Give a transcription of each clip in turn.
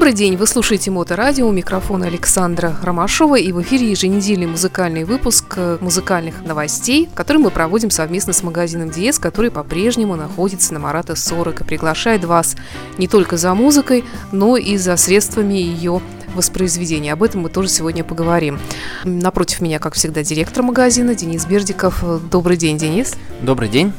Добрый день, вы слушаете Моторадио, у микрофона Александра Ромашова, и в эфире еженедельный музыкальный выпуск музыкальных новостей, который мы проводим совместно с магазином Диез, который по-прежнему находится на Марата 40 и приглашает вас не только за музыкой, но и за средствами ее воспроизведения. Об этом мы тоже сегодня поговорим. Напротив меня, как всегда, директор магазина Денис Бердиков. Добрый день, Денис. Добрый день.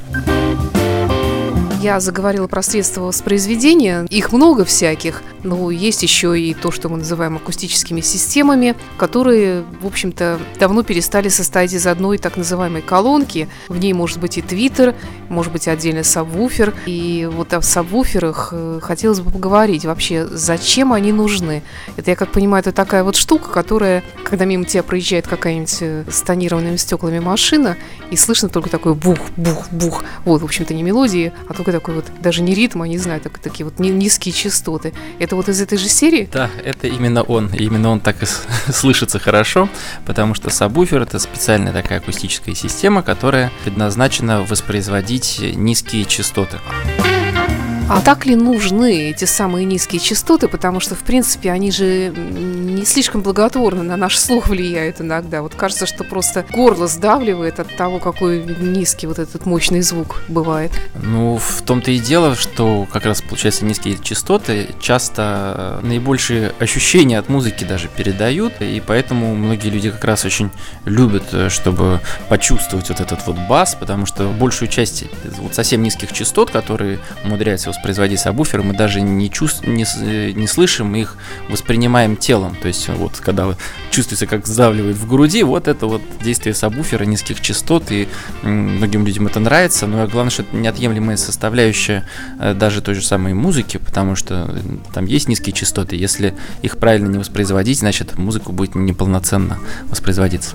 Я заговорила про средства воспроизведения. Их много всяких, но есть еще и то, что мы называем акустическими системами, которые, в общем-то, давно перестали состоять из одной так называемой колонки. В ней может быть и твиттер, может быть отдельно сабвуфер. И вот о сабвуферах хотелось бы поговорить. Вообще, зачем они нужны? Это, я как понимаю, это такая вот штука, которая, когда мимо тебя проезжает какая-нибудь с тонированными стеклами машина, и слышно только такой бух-бух-бух. Вот, в общем-то, не мелодии, а только такой вот, даже не ритм, а не знаю, такие вот низкие частоты. Это вот из этой же серии? Да, это именно он. И именно он так и слышится хорошо, потому что сабвуфер — это специальная такая акустическая система, которая предназначена воспроизводить низкие частоты. А так ли нужны эти самые низкие частоты? Потому что, в принципе, они же не слишком благотворно на наш слух влияют иногда. Вот кажется, что просто горло сдавливает от того, какой низкий вот этот мощный звук бывает. Ну, в том-то и дело, что как раз, получается, низкие частоты часто наибольшие ощущения от музыки даже передают, и поэтому многие люди как раз очень любят, чтобы почувствовать вот этот вот бас, потому что большую часть вот совсем низких частот, которые умудряются воспроизводить сабвуфер, мы даже не слышим, мы их воспринимаем телом. То есть вот когда чувствуется, как сдавливает в груди, вот это вот действие сабвуфера, низких частот, и многим людям это нравится, но главное, что это неотъемлемая составляющая даже той же самой музыки, потому что там есть низкие частоты, если их правильно не воспроизводить, значит музыка будет неполноценно воспроизводиться.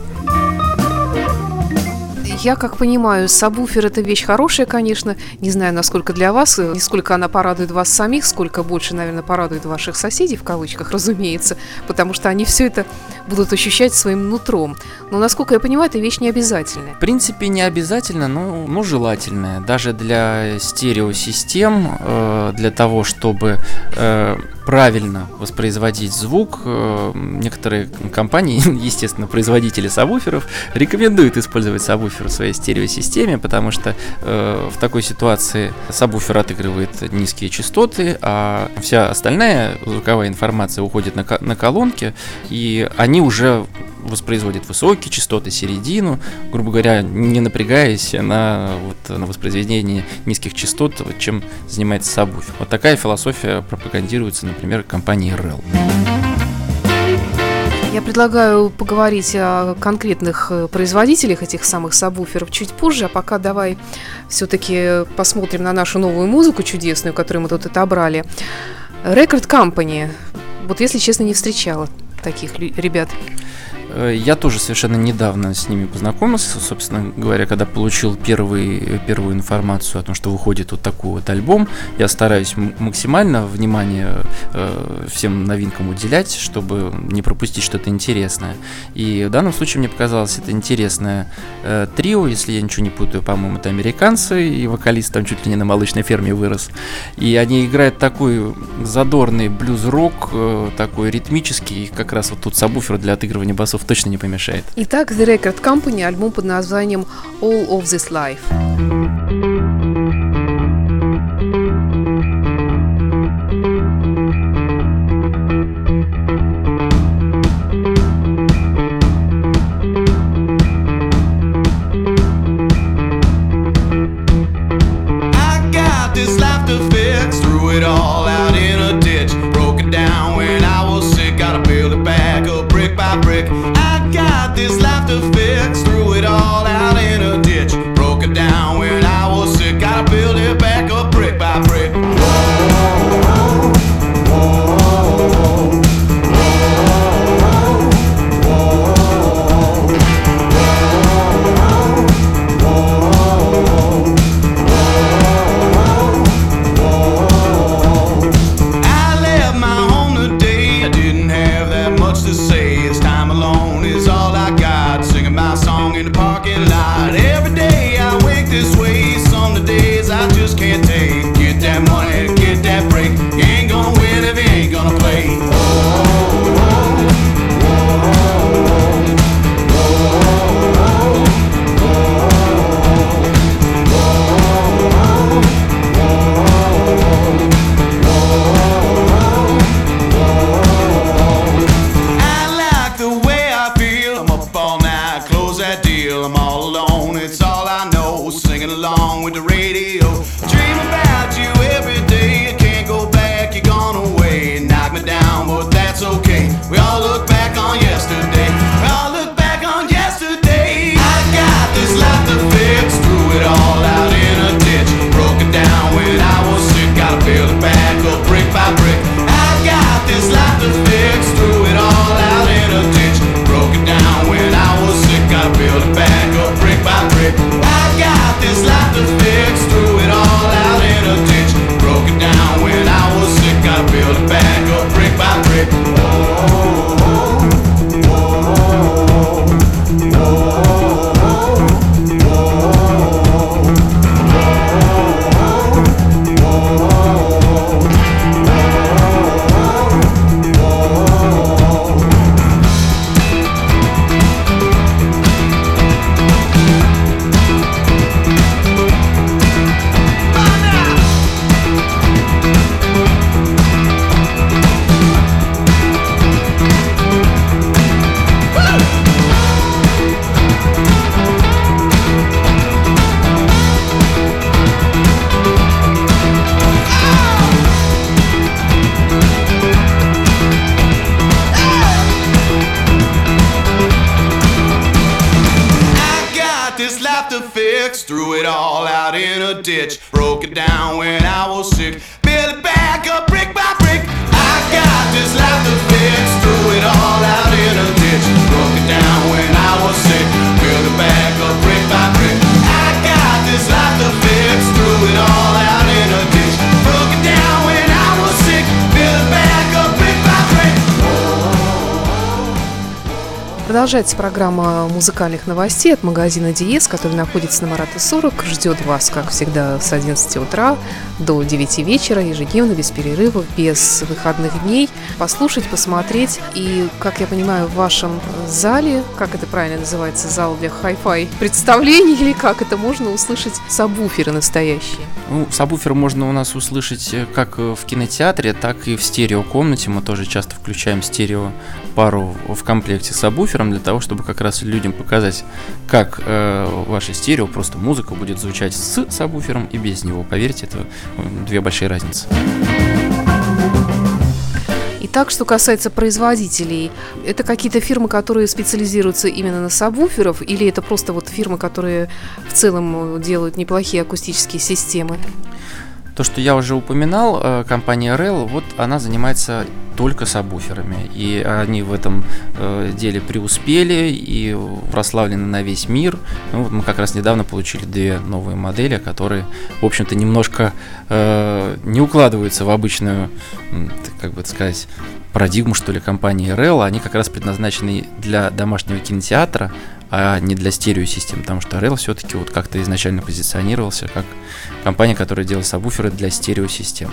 Я как понимаю, сабвуфер – это вещь хорошая, конечно. Не знаю, насколько для вас, не сколько она порадует вас самих, сколько больше, наверное, порадует ваших соседей, в кавычках, разумеется, потому что они все это будут ощущать своим нутром. Но, насколько я понимаю, это вещь не обязательная. В принципе, не обязательно, но желательная. Даже для стереосистем, для того, чтобы правильно воспроизводить звук, некоторые компании, естественно, производители сабвуферов, рекомендуют использовать сабвуфер в своей стереосистеме, потому что в такой ситуации сабвуфер отыгрывает низкие частоты, а вся остальная звуковая информация уходит на колонки, и они уже воспроизводят высокие частоты, середину, грубо говоря, не напрягаясь на воспроизведении низких частот, чем занимается сабвуфер. Вот такая философия пропагандируется, например, компанией REL. Я предлагаю поговорить о конкретных производителях этих самых сабвуферов чуть позже, а пока давай все-таки посмотрим на нашу новую музыку чудесную, которую мы тут отобрали. Record Company. Вот, если честно, не встречала таких ребят. Я тоже совершенно недавно с ними познакомился, собственно говоря, когда получил первую информацию о том, что выходит вот такой вот альбом. Я стараюсь максимально внимание всем новинкам уделять, чтобы не пропустить что-то интересное. И в данном случае мне показалось это интересное трио, если я ничего не путаю, по-моему, это американцы, и вокалист там чуть ли не на молочной ферме вырос. И они играют такой задорный блюз-рок, такой ритмический, как раз вот тут сабвуфер для отыгрывания басов точно не помешает. Итак, The Record Company, альбом под названием All of This Life. Can't take, get that money, get that break. You ain't gonna win if you ain't gonna play. singing along with the radio. Dream about you every day. You can't go back, you're gone away. Knock me down, but that's okay. We all look back on yesterday. We all look back on yesterday. I got this life to fix. Threw it all out in a ditch. Broke it down when I was sick. Gotta build it back up brick by brick. I got this life to fix. Threw it all out in a ditch. Broke it down when I was sick. Gotta build it back up brick by brick. I got this life to fix. Threw it all out in a ditch. Broke it down when I was sick. Gotta build it back up brick by brick. Threw it all out in a ditch. Broke it down when I was sick. Build it back up brick by brick. I got this life to fix. Threw it all out in a ditch. Broke it down when I was sick. Build it back up brick by brick. I got this life to fix. Threw it all out in a ditch. Broke it down when I was sick. Build it back up brick by brick. Продолжается программа музыкальных новостей от магазина Диез, который находится на Марата 40. Ждет вас, как всегда, с 11 утра до 9 вечера, ежедневно, без перерывов, без выходных дней. Послушать, посмотреть. И, как я понимаю, в вашем зале, как это правильно называется, зал для хай-фай представлений, или как это можно услышать, сабвуферы настоящие? Ну, сабвуфер можно у нас услышать как в кинотеатре, так и в стереокомнате. Мы тоже часто включаем стерео пару в комплекте с сабвуфером для того, чтобы как раз людям показать, как ваше стерео, просто музыка будет звучать с сабвуфером и без него. Поверьте, это две большие разницы. Итак, что касается производителей, это какие-то фирмы, которые специализируются именно на сабвуферов, или это просто вот фирмы, которые в целом делают неплохие акустические системы? То, что я уже упоминал, компания REL, вот она занимается только сабвуферами, и они в этом деле преуспели и прославлены на весь мир. Ну, вот мы как раз недавно получили две новые модели, которые, в общем-то, немножко не укладываются в обычную, как бы сказать, парадигму, что ли, компании REL. Они как раз предназначены для домашнего кинотеатра, а не для стереосистем, потому что REL все-таки вот как-то изначально позиционировался как компания, которая делает сабвуферы для стереосистем.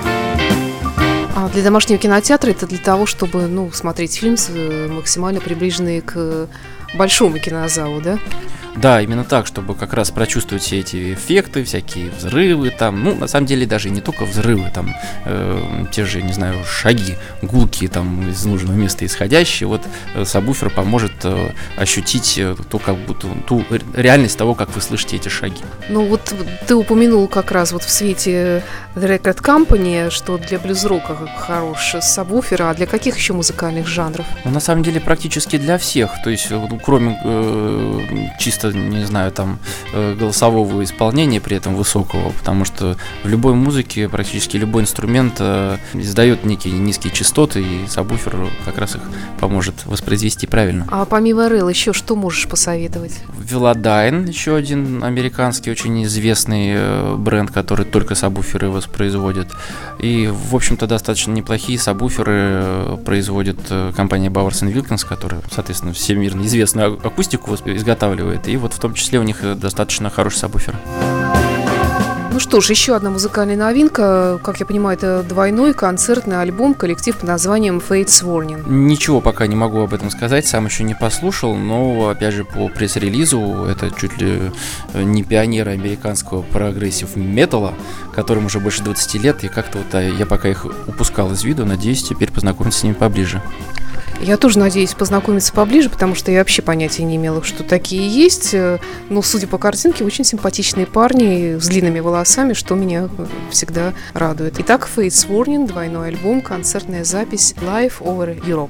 А для домашнего кинотеатра это для того, чтобы, смотреть фильм максимально приближенный к большому кинозалу, да? Да, именно так, чтобы как раз прочувствовать все эти эффекты, всякие взрывы там, на самом деле даже не только взрывы, там те же, не знаю, шаги, гулки там из нужного места исходящие, вот сабвуфер поможет ощутить ту реальность того, как вы слышите эти шаги. Ну вот ты упомянул как раз вот в свете The Record Company, что для блюз-рока хорош сабвуфер, а для каких еще музыкальных жанров? На самом деле практически для всех, то есть кроме чисто, не знаю, там голосового исполнения при этом высокого, потому что в любой музыке практически любой инструмент издает некие низкие частоты, и сабвуфер как раз их поможет воспроизвести правильно. А помимо REL еще что можешь посоветовать? Velodyne, еще один американский очень известный бренд, который только сабвуферы воспроизводит. И, в общем-то, достаточно неплохие сабвуферы производит компания Bowers & Wilkins, которая, соответственно, всемирно известную акустику изготавливает. И вот в том числе у них достаточно хороший сабвуфер. Ну что ж, еще одна музыкальная новинка. Как я понимаю, это двойной концертный альбом, коллектив под названием Fates Warning. Ничего пока не могу об этом сказать, сам еще не послушал, но, опять же, по пресс-релизу, это чуть ли не пионеры американского прогрессив-металла, которым уже больше 20 лет, и как-то вот я пока их упускал из виду, надеюсь теперь познакомиться с ними поближе. Я тоже надеюсь познакомиться поближе, потому что я вообще понятия не имела, что такие есть. Но, судя по картинке, очень симпатичные парни с длинными волосами, что меня всегда радует. Итак, Fates Warning, двойной альбом, концертная запись Live Over Europe.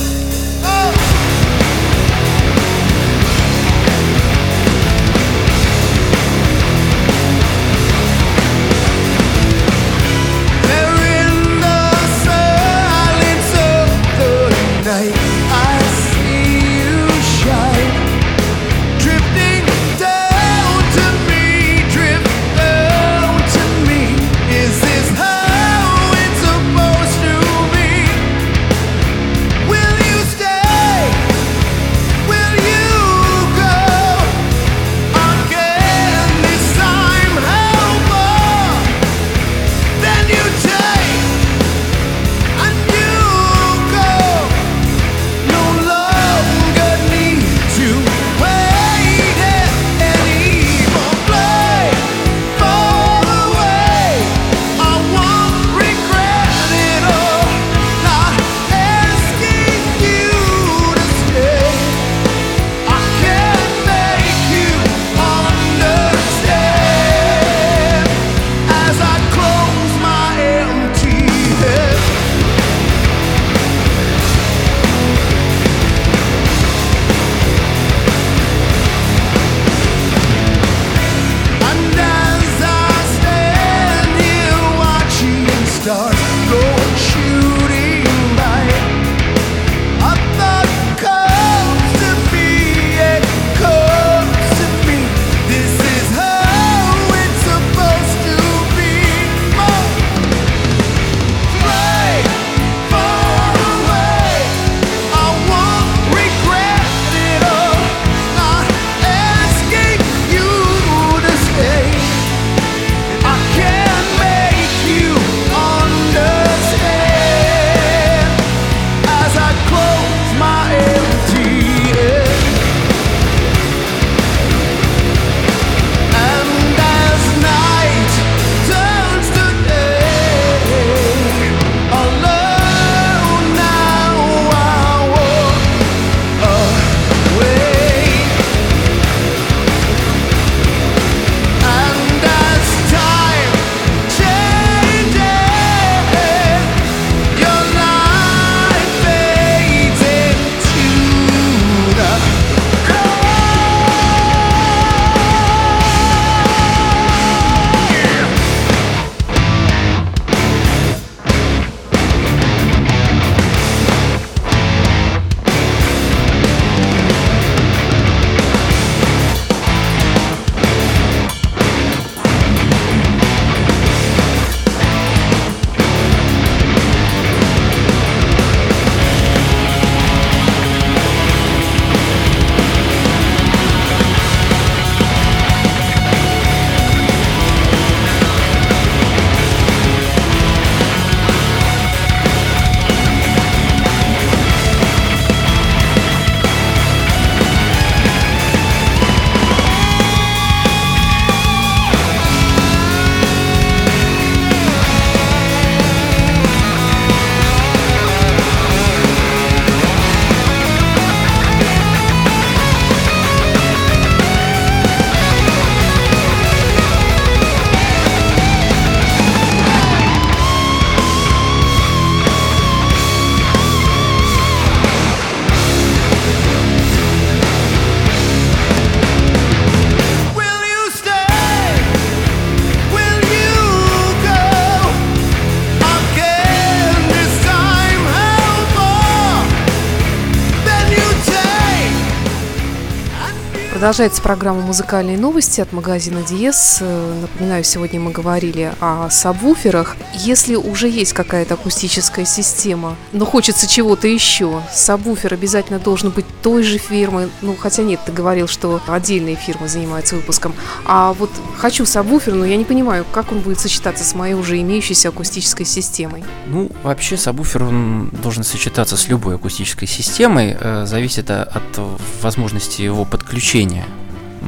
Продолжается программа «Музыкальные новости» от магазина Диез. Напоминаю, сегодня мы говорили о сабвуферах. Если уже есть какая-то акустическая система, но хочется чего-то еще, сабвуфер обязательно должен быть той же фирмы. Ну, хотя нет, ты говорил, что отдельные фирмы занимаются выпуском. А вот хочу сабвуфер, но я не понимаю, как он будет сочетаться с моей уже имеющейся акустической системой. Ну, вообще сабвуфер он должен сочетаться с любой акустической системой. Зависит от возможности его подключения.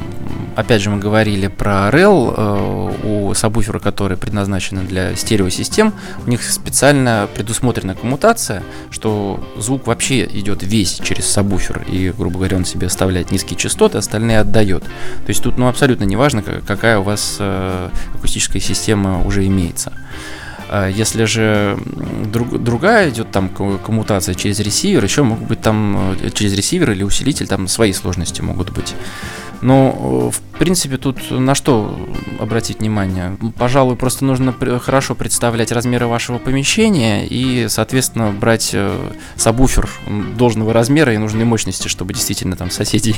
опять же, мы говорили про REL, у сабвуфера, которые предназначены для стереосистем, у них специально предусмотрена коммутация, что звук вообще идет весь через сабвуфер, и, грубо говоря, он себе оставляет низкие частоты, остальные отдает. То есть тут абсолютно не важно, какая у вас акустическая система уже имеется. Если же другая идет там коммутация через ресивер, еще могут быть там через ресивер или усилитель, там свои сложности могут быть. Но, в принципе, тут на что обратить внимание? Пожалуй, просто нужно хорошо представлять размеры вашего помещения и, соответственно, брать сабвуфер должного размера и нужной мощности, чтобы действительно там соседей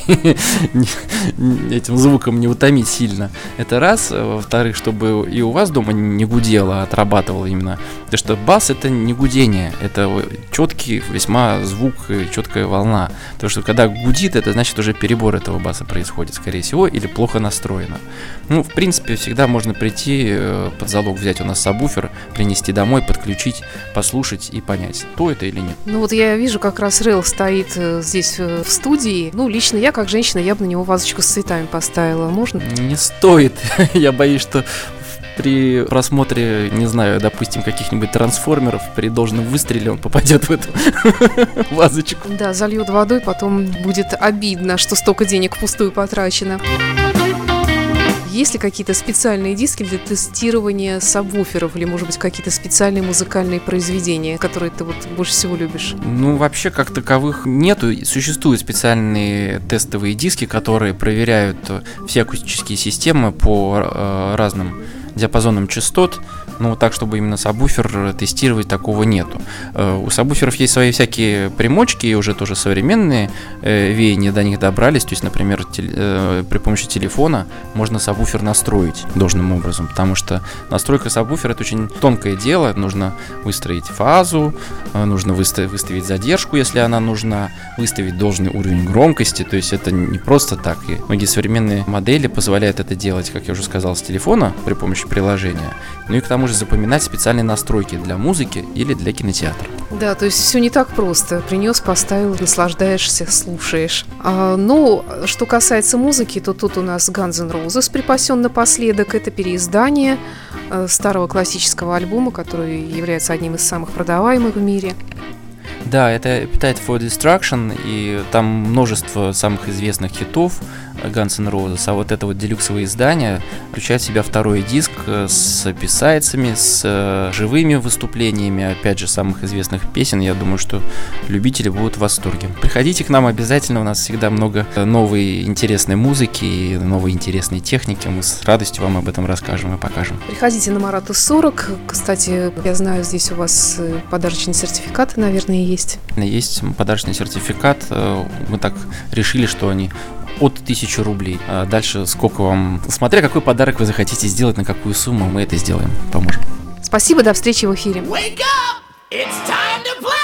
этим звуком не утомить сильно. Это раз. Во-вторых, чтобы и у вас дома не гудело, а отрабатывало именно. Потому что бас — это не гудение, это четкий весьма звук, четкая волна. Потому что когда гудит, это значит уже перебор этого баса происходит, скорее всего, или плохо настроено. В принципе, всегда можно прийти, под залог взять у нас сабвуфер, принести домой, подключить, послушать и понять, то это или нет. Я вижу, как раз REL стоит здесь в студии. Лично я, как женщина, я бы на него вазочку с цветами поставила. Можно? Не стоит. Я боюсь, что при просмотре, не знаю, допустим, каких-нибудь трансформеров, при должном выстреле он попадет в эту вазочку. Да, зальет водой, потом будет обидно, что столько денег впустую потрачено. Есть ли какие-то специальные диски для тестирования сабвуферов или, может быть, какие-то специальные музыкальные произведения, которые ты больше всего любишь? Вообще, как таковых нету. Существуют специальные тестовые диски, которые проверяют все акустические системы по разным диапазонам частот, так, чтобы именно сабвуфер тестировать, такого нету. У сабвуферов есть свои всякие примочки, и уже тоже современные веяния до них добрались. То есть, например, при помощи телефона можно сабвуфер настроить должным образом, потому что настройка сабвуфера — это очень тонкое дело. Нужно выстроить фазу, нужно выставить задержку, если она нужна, выставить должный уровень громкости. То есть это не просто так. И многие современные модели позволяют это делать, как я уже сказал, с телефона при помощи приложения. И к тому же запоминать специальные настройки для музыки или для кинотеатра. Да, то есть все не так просто. Принес, поставил, наслаждаешься, слушаешь. Что касается музыки, то тут у нас Guns N' Roses припасен напоследок. Это переиздание старого классического альбома, который является одним из самых продаваемых в мире. Да, это Appetite for Destruction, и там множество самых известных хитов Guns N' Roses, а вот это делюксовое издание включает в себя второй диск с бисайдсами, с живыми выступлениями, опять же, самых известных песен. Я думаю, что любители будут в восторге. Приходите к нам обязательно, у нас всегда много новой интересной музыки и новой интересной техники. Мы с радостью вам об этом расскажем и покажем. Приходите на Марата 40. Кстати, я знаю, здесь у вас подарочные сертификаты, наверное, есть. Есть подарочный сертификат. Мы так решили, что они от 1000 рублей. А дальше сколько вам... Смотря какой подарок вы захотите сделать, на какую сумму, мы это сделаем, поможем. Спасибо, до встречи в эфире. Wake up! It's time to play!